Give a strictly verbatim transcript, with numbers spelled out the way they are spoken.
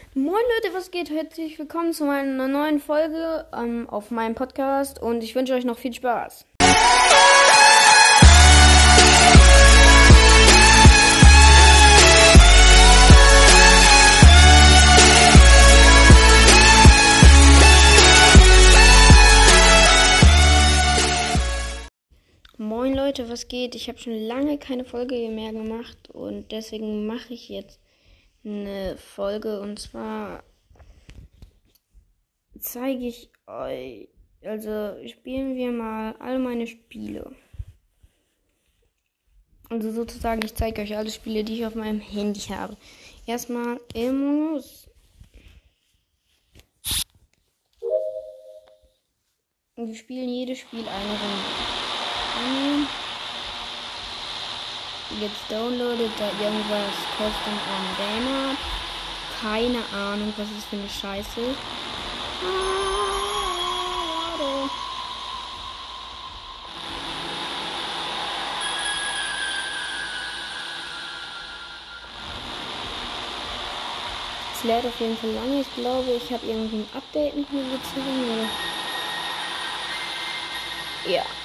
Moin Leute, was geht? Herzlich willkommen zu meiner neuen Folge ähm, auf meinem Podcast und ich wünsche euch noch viel Spaß. Moin Leute, was geht? Ich habe schon lange keine Folge mehr gemacht und deswegen mache ich jetzt eine Folge und zwar zeige ich euch, also spielen wir mal all meine Spiele. Also sozusagen, ich zeige euch alle Spiele, die ich auf meinem Handy habe. Erstmal Ilmos. Wir spielen jedes Spiel eine Runde. Jetzt downloadet da irgendwas Custom on Gamer. Keine Ahnung, was ist für eine Scheiße. Ah, es lädt auf jeden Fall lange. Ich glaube, ich habe irgendwie ein Update nicht mehr gezogen. Ja.